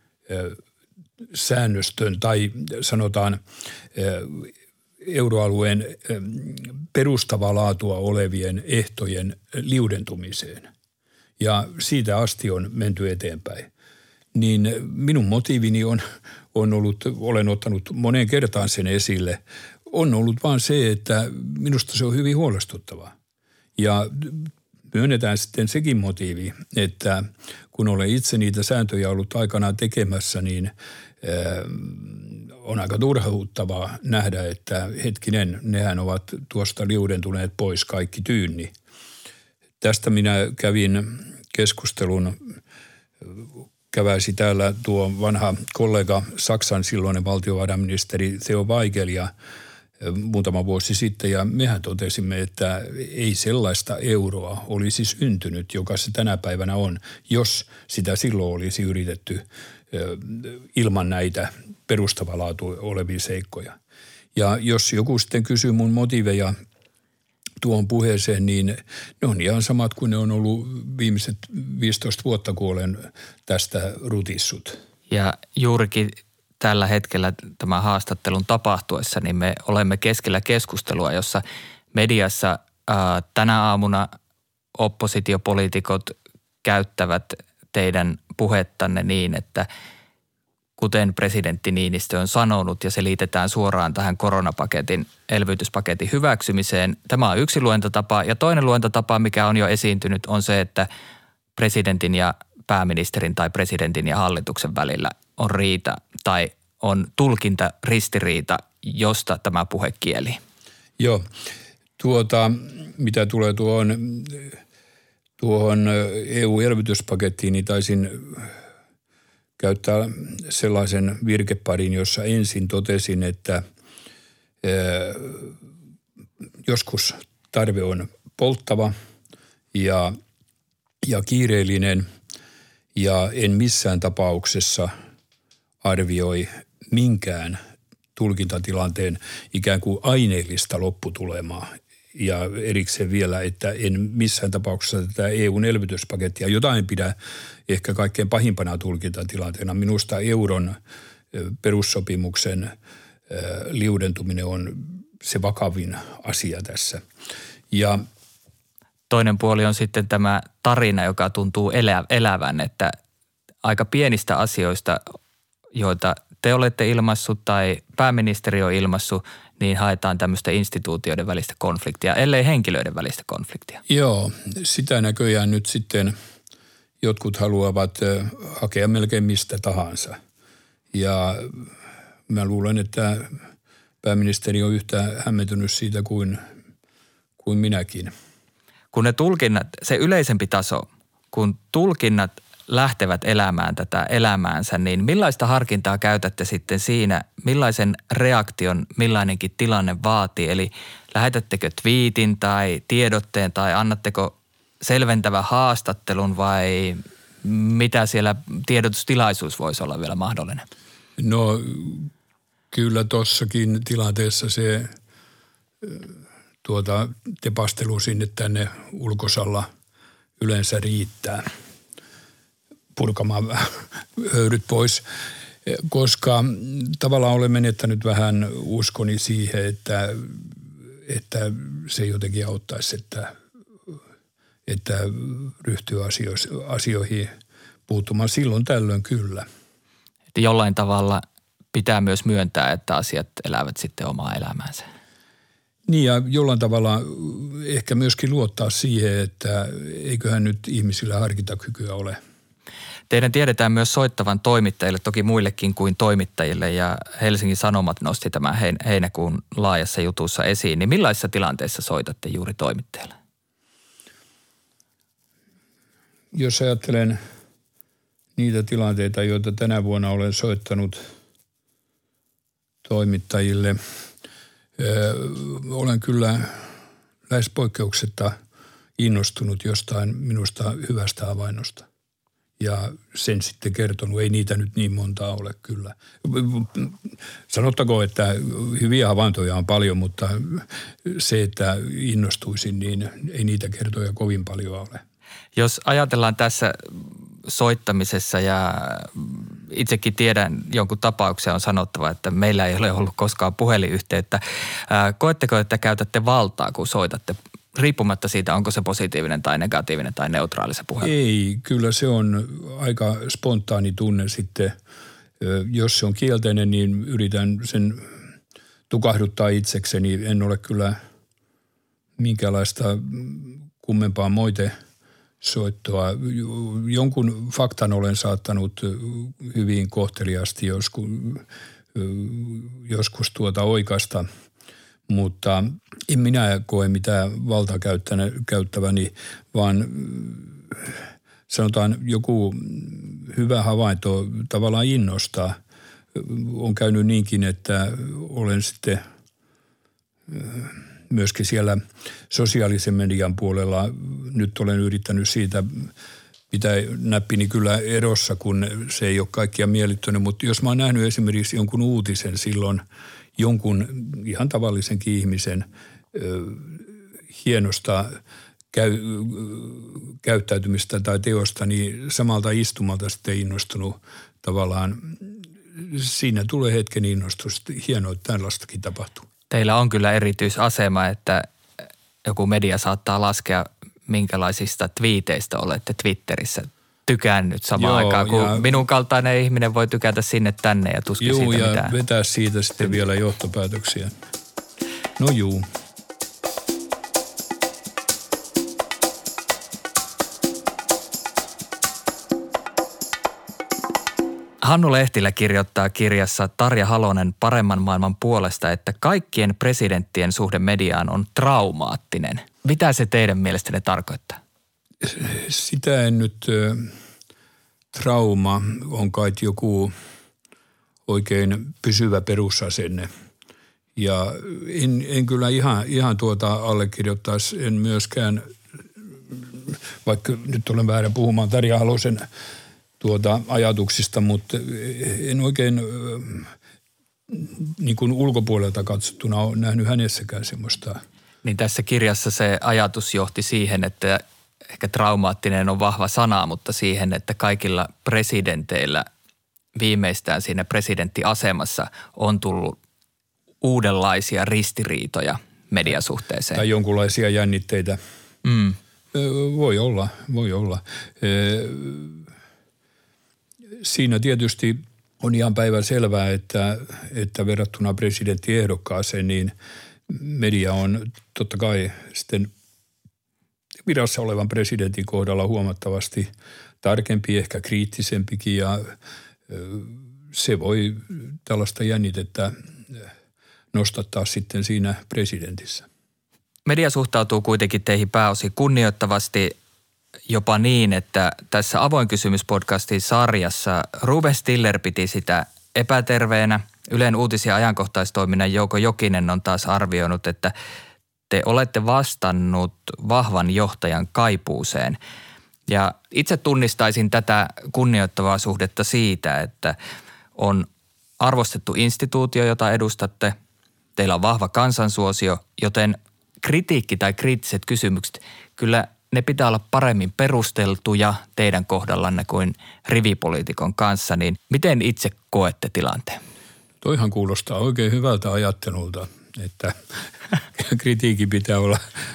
säännöstön tai sanotaan euroalueen perustavaa laatua olevien ehtojen liudentumiseen. Ja siitä asti on menty eteenpäin. Niin minun motiivini on ollut, olen ottanut moneen kertaan sen esille, on ollut vaan se, että minusta se on hyvin huolestuttavaa. Ja myönnetään sitten sekin motiivi, että kun olen itse niitä sääntöjä ollut aikanaan tekemässä, niin on aika turhauttavaa nähdä, että hetkinen, nehän ovat tuosta liudentuneet pois kaikki tyynni. Tästä minä kävin keskustelun, käväisi täällä tuo vanha kollega Saksan silloinen valtiovarainministeri Theo Waigel ja muutama vuosi sitten, ja mehän totesimme, että ei sellaista euroa olisi syntynyt, joka se tänä päivänä on, jos sitä silloin olisi yritetty ilman näitä perustavaa laatua olevia seikkoja. Ja jos joku sitten kysyy mun motiiveja tuon puheeseen, niin ne on ihan samat kuin ne on ollut viimeiset 15 vuotta, kun olen tästä rutissut. Ja juurikin tällä hetkellä tämän haastattelun tapahtuessa, niin me olemme keskellä keskustelua, jossa mediassa tänä aamuna oppositiopoliitikot käyttävät teidän puhettanne niin, että kuten presidentti Niinistö on sanonut ja se liitetään suoraan tähän koronapaketin, elvytyspaketin hyväksymiseen. Tämä on yksi luentotapa ja toinen luentotapa, mikä on jo esiintynyt, on se, että presidentin ja pääministerin tai presidentin ja hallituksen välillä on riita tai on tulkinta ristiriita, josta tämä puhe kieli. Joo, mitä tulee tuohon EU-elvytyspakettiin, niin taisin käyttää sellaisen virkeparin, jossa ensin totesin, että joskus tarve on polttava ja kiireellinen ja en missään tapauksessa arvioi minkään tulkintatilanteen ikään kuin aineellista lopputulemaa. Ja erikseen vielä, että en missään tapauksessa tätä EU:n elvytyspakettia, jota en pidä ehkä kaikkein pahimpana tulkintatilanteena. Minusta euron perussopimuksen liudentuminen on se vakavin asia tässä. Ja toinen puoli on sitten tämä tarina, joka tuntuu elävän, että aika pienistä asioista, joita te olette ilmaissut tai pääministeri on ilmaissut, niin haetaan tämmöistä instituutioiden välistä konfliktia, ellei henkilöiden välistä konfliktia. Joo, sitä näköjään nyt sitten jotkut haluavat hakea melkein mistä tahansa. Ja mä luulen, että pääministeri on yhtä hämmentynyt siitä kuin minäkin. Kun ne tulkinnat, se yleisempi taso, kun tulkinnat lähtevät elämään tätä elämäänsä, niin millaista harkintaa käytätte sitten siinä, millaisen reaktion millainenkin tilanne vaatii? Eli lähetättekö twiitin tai tiedotteen tai annatteko selventävän haastattelun vai mitä siellä tiedotustilaisuus voisi olla vielä mahdollinen? No kyllä tossakin tilanteessa se tepastelu sinne tänne ulkosalla yleensä riittää purkamaan höyryt pois, koska tavallaan olen menettänyt vähän uskoni siihen, että se jotenkin auttaisi, että ryhtyy asioihin puuttumaan silloin tällöin kyllä. Että jollain tavalla pitää myös myöntää, että asiat elävät sitten omaa elämäänsä. Niin ja jollain tavalla ehkä myöskin luottaa siihen, että eiköhän nyt ihmisillä harkintakykyä ole. Teidän tiedetään myös soittavan toimittajille, toki muillekin kuin toimittajille, ja Helsingin Sanomat nosti tämän heinäkuun laajassa jutussa esiin. Niin millaisissa tilanteissa soitatte juuri toimittajille? Jos ajattelen niitä tilanteita, joita tänä vuonna olen soittanut toimittajille, olen kyllä lähes poikkeuksetta innostunut jostain minusta hyvästä havainnosta. Ja sen sitten kertonut, ei niitä nyt niin montaa ole kyllä. Sanottakoon, että hyviä havaintoja on paljon, mutta se, että innostuisin, niin ei niitä kertoja kovin paljon ole. Jos ajatellaan tässä soittamisessa ja itsekin tiedän jonkun tapauksen on sanottava, että meillä ei ole ollut koskaan puhelinyhteyttä. Koetteko, että käytätte valtaa, kun soitatte, riippumatta siitä, onko se positiivinen tai negatiivinen tai neutraali se puhelu? Ei, kyllä se on aika spontaani tunne sitten. Jos se on kielteinen, niin yritän sen tukahduttaa itsekseni. En ole kyllä minkäänlaista kummempaa moitesoittoa. Jonkun faktan olen saattanut hyvin kohteliasti joskus oikaista, mutta en minä koe mitään valtaa käyttäväni, vaan sanotaan joku hyvä havainto tavallaan innostaa. On käynyt niinkin, että olen sitten myöskin siellä sosiaalisen median puolella, nyt olen yrittänyt siitä pitää näppini kyllä erossa, kun se ei ole kaikkia miellyttänyt, mutta jos mä oon nähnyt esimerkiksi jonkun uutisen silloin jonkun ihan tavallisenkin ihmisen hienosta käyttäytymistä tai teosta, niin samalta istumalta sitten innostunut tavallaan. Siinä tulee hetken innostus. Hienoa, että tällaistakin tapahtuu. Teillä on kyllä erityisasema, että joku media saattaa laskea, minkälaisista twiiteistä olette Twitterissä tykännyt samaan aikaan, kun minun kaltainen ihminen voi tykätä sinne tänne ja tuskin siitä mitään. Joo, ja vetää siitä sitten vielä johtopäätöksiä. No juu. Hannu Lehtilä kirjoittaa kirjassa Tarja Halonen paremman maailman puolesta, että kaikkien presidenttien suhde mediaan on traumaattinen. Mitä se teidän mielestänne tarkoittaa? Sitä en nyt, trauma on kai joku oikein pysyvä perusasenne. Ja en kyllä ihan allekirjoittaisi, en myöskään, vaikka nyt olen väärä puhumaan Tarja Halosen ajatuksista, mutta en oikein niin kuin ulkopuolelta katsottuna ole nähnyt hänessäkään semmoista. Niin tässä kirjassa se ajatus johti siihen, että ehkä traumaattinen on vahva sana, mutta siihen, että kaikilla presidenteillä viimeistään siinä presidenttiasemassa on tullut uudenlaisia ristiriitoja mediasuhteeseen. Tai jonkunlaisia jännitteitä. Voi olla. Siinä tietysti on ihan päivänselvää, että verrattuna presidenttiehdokkaaseen, niin media on totta kai sitten virassa olevan presidentin kohdalla huomattavasti tarkempi, ehkä kriittisempikin, ja se voi tällaista jännitettä nostattaa sitten siinä presidentissä. Media suhtautuu kuitenkin teihin pääosin kunnioittavasti, jopa niin, että tässä Avoin kysymys-podcastin sarjassa Ruben Stiller piti sitä epäterveenä. Ylen uutis- ja ajankohtaistoiminnan Jouko Jokinen on taas arvioinut, että te olette vastannut vahvan johtajan kaipuuseen. Ja itse tunnistaisin tätä kunnioittavaa suhdetta siitä, että on arvostettu instituutio, jota edustatte. Teillä on vahva kansansuosio, joten kritiikki tai kriittiset kysymykset, kyllä ne pitää olla paremmin perusteltuja teidän kohdallanne kuin rivipoliitikon kanssa. Niin miten itse koette tilanteen? Toihan kuulostaa oikein hyvältä ajattelulta, että kritiikin pitää olla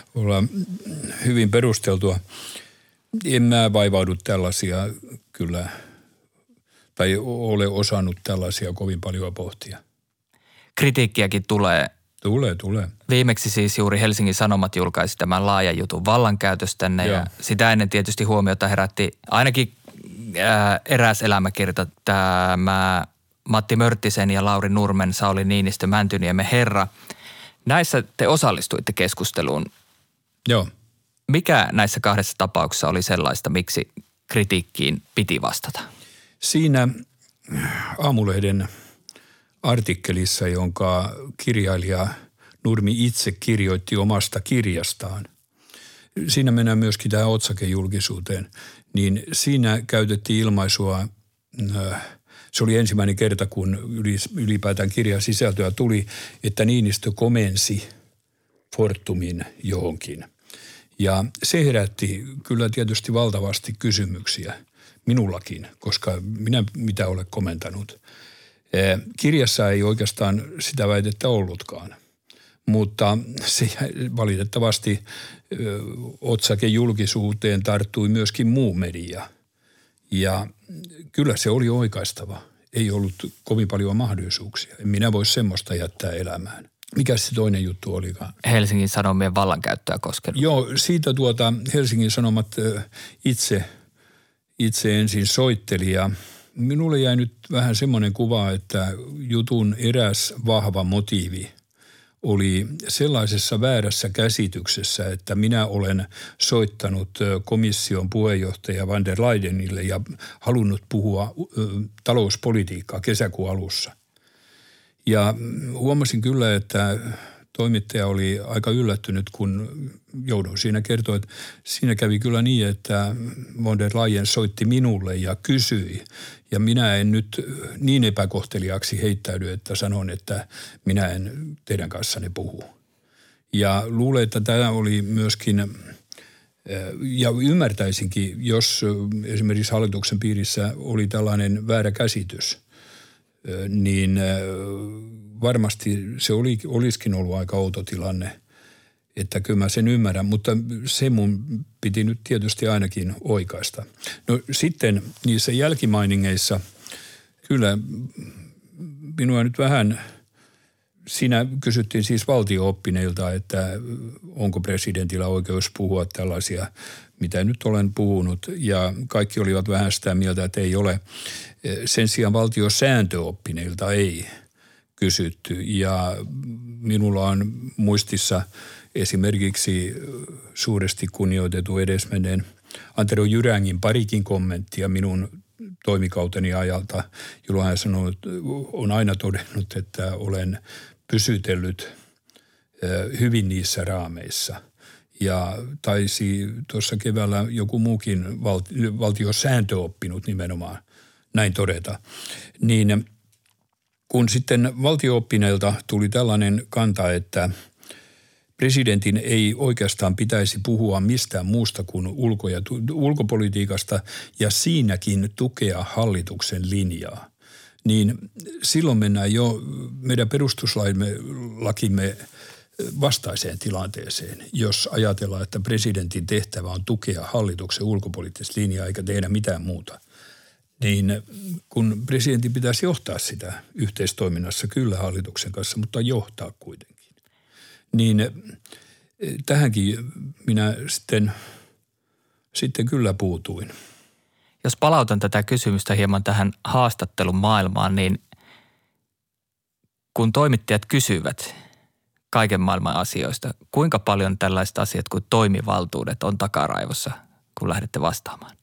hyvin perusteltua. En mä vaivaudu tällaisia kyllä, tai ole osannut tällaisia kovin paljon pohtia. Kritiikkiäkin tulee. Tulee. Viimeksi siis juuri Helsingin Sanomat julkaisi tämän laajan jutun vallankäytöstänne ja sitä ennen tietysti huomiota herätti ainakin eräs elämäkerta tämä Matti Mörttisen ja Lauri Nurmen, Sauli Niinistö, Mäntyniemen herra. Näissä te osallistuitte keskusteluun. Joo. Mikä näissä kahdessa tapauksessa oli sellaista, miksi kritiikkiin piti vastata? Siinä Aamulehden artikkelissa, jonka kirjailija Nurmi itse kirjoitti omasta kirjastaan. Siinä mennään myöskin tähän otsakejulkisuuteen. Niin siinä käytettiin ilmaisua, se oli ensimmäinen kerta, kun ylipäätään kirjan sisältöä tuli, että Niinistö komensi Fortumin johonkin. Ja se herätti kyllä tietysti valtavasti kysymyksiä minullakin, koska minä mitä olen komentanut. Kirjassa ei oikeastaan sitä väitettä ollutkaan, mutta se valitettavasti otsakejulkisuuteen tarttui myöskin muu media. Ja kyllä se oli oikaistava. Ei ollut kovin paljon mahdollisuuksia. En minä voi semmoista jättää elämään. Mikä se toinen juttu olikaan? Helsingin Sanomien vallankäyttöä koskenut. Joo, siitä Helsingin Sanomat itse ensin soitteli ja minulle jäi nyt vähän semmoinen kuva, että jutun eräs vahva motiivi oli sellaisessa väärässä käsityksessä, että minä olen soittanut komission puheenjohtaja van der Leyenille ja halunnut puhua talouspolitiikkaa kesäkuun alussa. Ja huomasin kyllä, että toimittaja oli aika yllättynyt, kun jouduin siinä kertoa, että siinä kävi kyllä niin, että von der Leyen soitti minulle ja kysyi. Ja minä en nyt niin epäkohteliaaksi heittäydy, että sanon, että minä en teidän kanssanne puhu. Ja luulen, että tämä oli myöskin, ja ymmärtäisinkin, jos esimerkiksi hallituksen piirissä oli tällainen väärä käsitys, niin varmasti se olisikin ollut aika outo tilanne, että kyllä mä sen ymmärrän, mutta se mun piti nyt tietysti ainakin oikaista. No sitten niissä jälkimainingeissa kyllä minua nyt vähän, siinä kysyttiin siis valtio-oppineilta, että onko presidentillä oikeus puhua tällaisia, mitä nyt olen puhunut, ja kaikki olivat vähän sitä mieltä, että ei ole. Sen sijaan valtiosääntöoppineilta ei kysytty, ja minulla on muistissa esimerkiksi suuresti kunnioitettu edesmenneen Antero Jyrängin parikin kommenttia minun toimikauteni ajalta, jolloin hän sanoi, että on aina todennut, että olen pysytellyt hyvin niissä raameissa. Ja taisi tuossa keväällä joku muukin valtiosääntöoppinut nimenomaan näin todeta. Niin kun sitten valtio-oppineilta tuli tällainen kanta, että presidentin ei oikeastaan pitäisi puhua mistään muusta kuin ulkopolitiikasta ja siinäkin tukea hallituksen linjaa, niin silloin mennään jo meidän perustuslakimme vastaiseen tilanteeseen, jos ajatellaan, että presidentin tehtävä on tukea hallituksen ulkopoliittista linjaa eikä tehdä mitään muuta. Niin kun presidentin pitäisi johtaa sitä yhteistoiminnassa kyllä hallituksen kanssa, mutta johtaa kuitenkin. Niin tähänkin minä sitten kyllä puutuin. Jos palautan tätä kysymystä hieman tähän haastattelun maailmaan, niin kun toimittajat kysyvät kaiken maailman asioista, kuinka paljon tällaiset asiat kuin toimivaltuudet on takaraivossa, kun lähdette vastaamaan?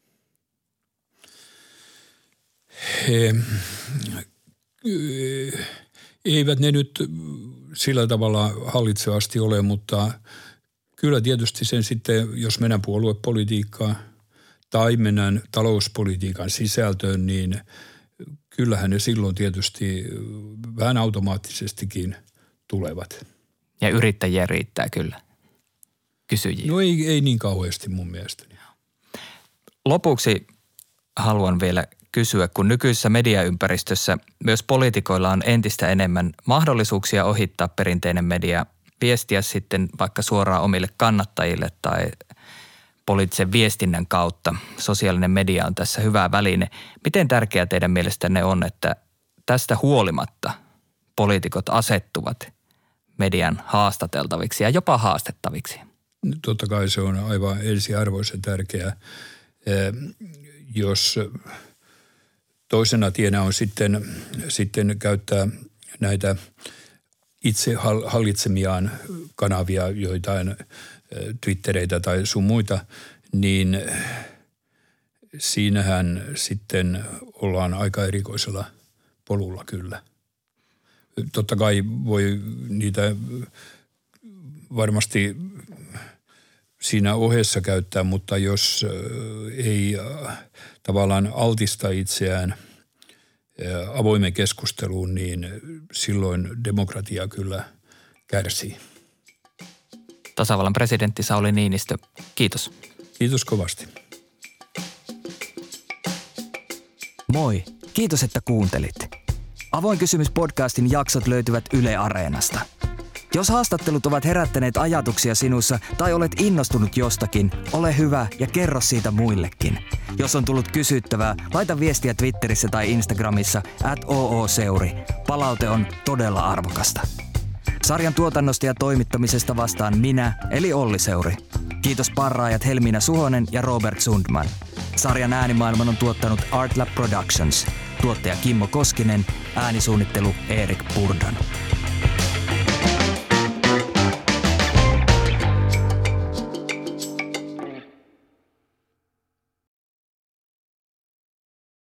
Eivät ne nyt sillä tavalla hallitsevasti ole, mutta kyllä tietysti sen sitten, jos mennään puoluepolitiikkaan tai mennään talouspolitiikan sisältöön, niin kyllähän ne silloin tietysti vähän automaattisestikin tulevat. Ja yrittäjiä riittää kyllä, kysyjiä. No ei niin kauheasti mun mielestäni. Lopuksi haluan vielä kysyä, kun nykyisessä mediaympäristössä myös poliitikoilla on entistä enemmän mahdollisuuksia ohittaa perinteinen media, viestiä sitten vaikka suoraan omille kannattajille tai poliittisen viestinnän kautta. Sosiaalinen media on tässä hyvä väline. Miten tärkeää teidän mielestänne on, että tästä huolimatta poliitikot asettuvat median haastateltaviksi ja jopa haastettaviksi? Totta kai se on aivan ensiarvoisen tärkeää. Jos toisena tienä on sitten käyttää näitä itse hallitsemiaan kanavia, joitain Twittereitä tai sun muita, niin siinähän sitten ollaan aika erikoisella polulla kyllä. Totta kai voi niitä varmasti siinä ohessa käyttää, mutta jos ei tavallaan altista itseään avoimen keskusteluun, niin silloin demokratia kyllä kärsii. Tasavallan presidentti Sauli Niinistö, kiitos. Kiitos kovasti. Moi, kiitos että kuuntelit. Avoin kysymys -podcastin jaksot löytyvät Yle Areenasta. Jos haastattelut ovat herättäneet ajatuksia sinussa tai olet innostunut jostakin, ole hyvä ja kerro siitä muillekin. Jos on tullut kysyttävää, laita viestiä Twitterissä tai Instagramissa @ooseuri. Palaute on todella arvokasta. Sarjan tuotannosta ja toimittamisesta vastaan minä, eli Olli Seuri. Kiitos parraajat Helmiina Suhonen ja Robert Sundman. Sarjan äänimaailman on tuottanut Artlab Productions. Tuottaja Kimmo Koskinen, äänisuunnittelu Erik Burdan.